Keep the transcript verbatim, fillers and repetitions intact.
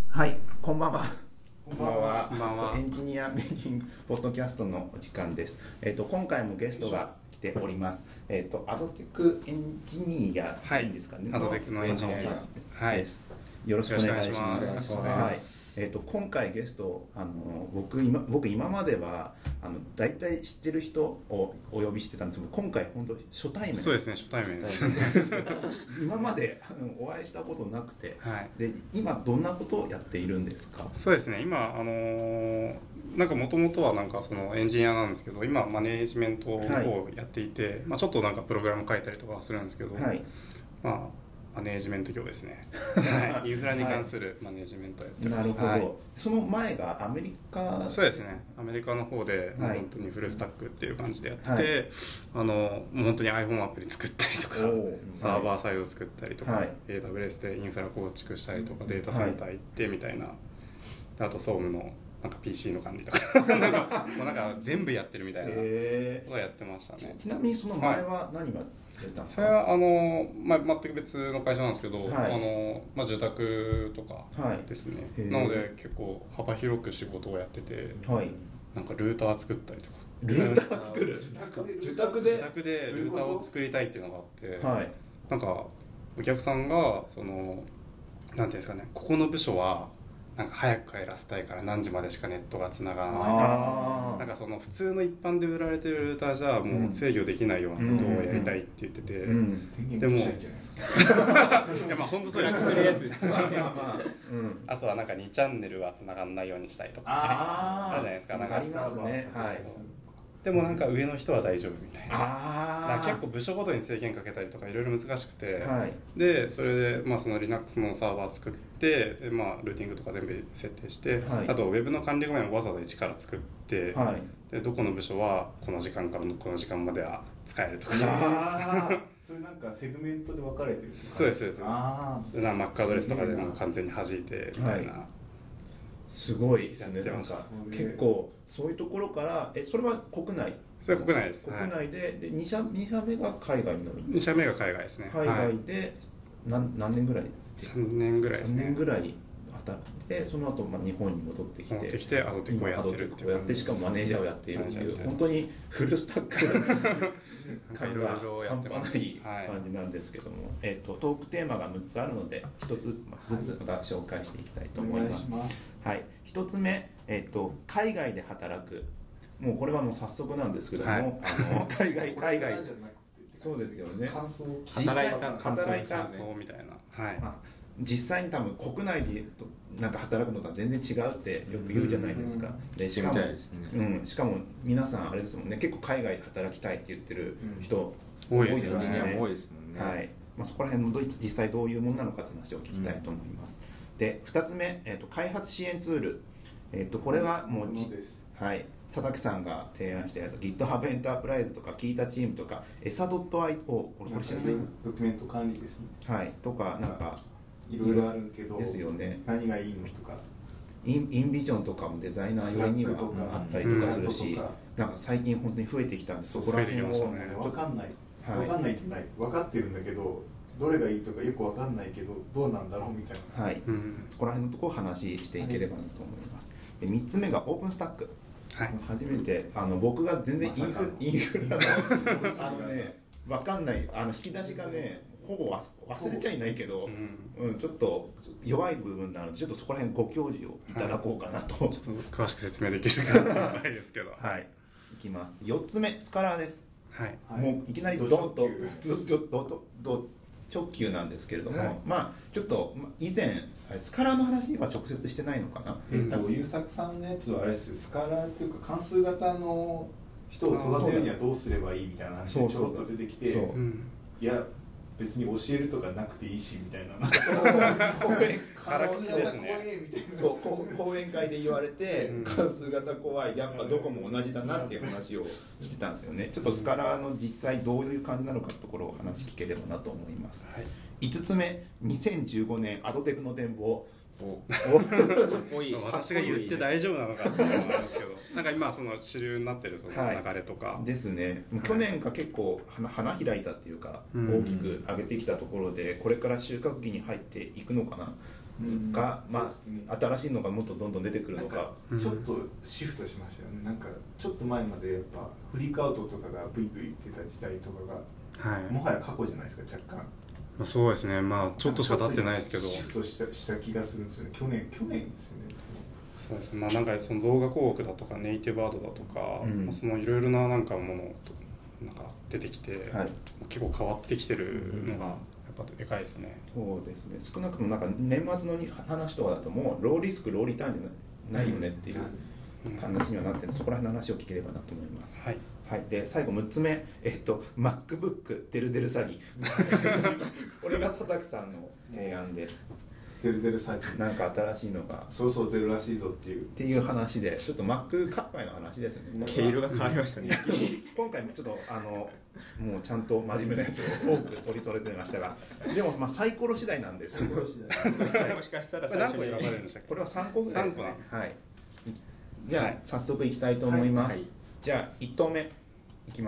はい、こんばんは。 こんばんは。 こんばんは。 エンジニアメイキングポッドキャストのお時間です。えっ、と今回もゲストが来ております。えっ、とアドテクエンジニアでいいんですかね。 はい、アドテクのエンジニアです。 はい。よろしくお願いします。 よろしくおはい。 願いします。 えっ、と今回ゲストあの僕今僕今まではあの大体知ってる人をお呼びしてたんですけど、今回本当初対面。 そうですね、初対面です。 今までお会いしたことなくて、 はい。 で今どんなことをやっているんですか。 そうですね、今あのー、なんかもともとはなんかそのエンジニアなんですけど、今マネージメントをやっていて、はい、まあちょっとなんかプログラム書いたりとかするんですけど、はい、まあマネージメント業ですね。はい、インフラに関するマネージメントをやってます。 なるほど、 はい、 その前がアメリカ。 そうですね、アメリカの方で、はい、本当にフルスタックっていう感じでやってて、はい、あのもう本当に iPhone アプリ作ったりとか、サーバーサイド作ったりとか、はい、エーダブリューエス でインフラ構築したりとか、データセンター行ってみたいな、はい、あと総務のなんか ピーシー の管理とかなんかもうなんか全部やってるみたいなことをやってましたね。 ちなみにその前は何がやったんですか。 それはあの、まあ、全く別の会社なんですけど、 はい、 あのまあ、住宅とかですね、はい、なので結構幅広く仕事をやってて、はい、なんかルーター作ったりとか。 ルーター作る自宅で自宅でルーターを作りたいっていうのがあって、はい、なんかお客さんがそのなんていうんですかね、ここの部署はなんか早く帰らせたいから何時までしかネットがつながらないから、なんかその普通の一般で売られてるルーターじゃもう制御できないようなことをやりたいって言ってて、うんうん、でもいやまあ本当そういうするやつですあとはなんかにチャンネルはつながらないようにしたいとか、ね、あるじゃないですか。なんかありますね、はい。 でもなんか上の人は大丈夫みたいな、あ結構部署ごとに制限かけたりとかいろいろ難しくて、はい、でそれで、まあ、その Linux のサーバー作ってで、まあ、ルーティングとか全部設定して、はい、あと Web の管理画面をわざわざ一から作って、はい、でどこの部署はこの時間からこの時間までは使えるとかそれなんかセグメントで分かれてるんですか。 そうですそうです。あでな Mac アドレスとかでもう完全に弾いてみたいな、はい、 すごいですね。なんか結構そういうところからえそれは国内。 それは国内です。 国内で、はい、で 2, 社2社目が海外になる。 に社目が海外ですね。 海外で何、はい、何年ぐらいですか。さんねんぐらいですね。 さんねんぐらい働いて、その後まあ日本に戻ってきて、 戻ってきてアドテクをやってるっていう。 やってしかもマネージャーをやっているっていう本当にフルスタック。 いろいろやってます。 半端ない感じなんですけども、はい、えーと、トークテーマがむっつあるのでひとつずつまた紹介していきたいと思います。 お願いします。 はい、ひとつめ、えーと、海外で働く。もうこれはもう早速なんですけども、はい、あの海外海外そうですよね。 感想働いた働いた感想みたいな、はい、 まあ、実際に多分国内でとなんか働くのとは全然違うってよく言うじゃないですか。でしかも、うん、しかも皆さんあれですもんね、結構海外で働きたいって言ってる人、うん、多いですよね。 多いですもんね。 はい。まあ、そこら辺も実際どういうものなのかって話を聞きたいと思います。うん、でふたつめ、えーと、開発支援ツール、えーと、これはもう、うん、はい、佐竹さんが提案したやつ GitHub エンタープライズとかキータチームとかエサ .io これ知らないな。 ドキュメント管理ですね。 はい、とかなんかいろいろあるけどですよね。 何がいいのとかイン、インビジョンとかもデザイナー用にはあったりとかするし、なんか最近本当に増えてきたんです。 そこら辺を分かんない分かんないってない分かってるんだけどどれがいいとかよく分かんないけどどうなんだろうみたいな、 はい、うん、そこら辺のところを話していければなと思います。でみっつめがオープンスタック。はい、初めてあの僕が全然インフル、インフラのあのね分かんないあの引き出しがねほぼ忘れちゃいないけど、うんうん、ちょっと弱い部分なのでちょっとそこら辺ご教示をいただこうかなと、はい、 ちょっと詳しく説明できるかもしれないですけどはい、いきます。よっつめスカラーです。はい、 はい、 もういきなりドンと直球なんですけれども、はい、まあちょっと以前スカラーの話は直接してないのかな。 えっと優作さんのやつはあれですよ、スカラーっていうか関数型の人を育てるにはどうすればいいみたいな話がちょろっと出てきて、いや別に教えるとかなくていいしみたいな講演辛口ですね。 そう講演会で言われて、うん、関数型怖いやっぱどこも同じだなっていう話をしてたんですよね。ちょっとスカラーの実際どういう感じなのかってところを話聞ければなと思います。はい、いつつめにせんじゅうごねんアドテクの展望。 私が言って大丈夫なのかって思うんですけどなんか今その主流になってるその流れとか、 はい、ですね。去年が結構花開いたっていうか、大きく上げてきたところでこれから収穫期に入っていくのかな。 か、うん、まあ、新しいのがもっとどんどん出てくるのか、 ちょっとシフトしましたよね。なんかちょっと前までやっぱフリークアウトとかがブイブイ言ってた時代とかが、はい、もはや過去じゃないですか、若干。 まあ、そうですね、まあちょっとしか経ってないですけどシフトしたした気がするんですよね。去年去年ですよね。 そうですね、まあなんかその動画広告だとかネイティブアードだとか、うん、まあ、そのいろいろななんかものなんか出てきて、はい、結構変わってきてるのがやっぱでかいですね。 そうですね、少なくともなんか年末の話とかだともうローリスクローリターンじゃないよねっていう話にはなってるので、そこら辺の話を聞ければなと思います。はい、はい、で最後むっつめ、えっと MacBook デルデル詐欺これが佐竹さんの提案です。 デルデル詐欺なんか新しいのがそうそう出るらしいぞっていうっていう話で、ちょっと Mac カッパイの話ですね。 毛色が変わりましたね今回もちょっとあのもうちゃんと真面目なやつを多く取り揃えてましたが、でもまあサイコロ次第なんです。サイコロ次第もしかしたら最初に選ばれるんでしたっけ。 これはさんこぐらいですね。はい、じゃあ、はい、早速いきたいと思います。はいはい、じゃあいち投目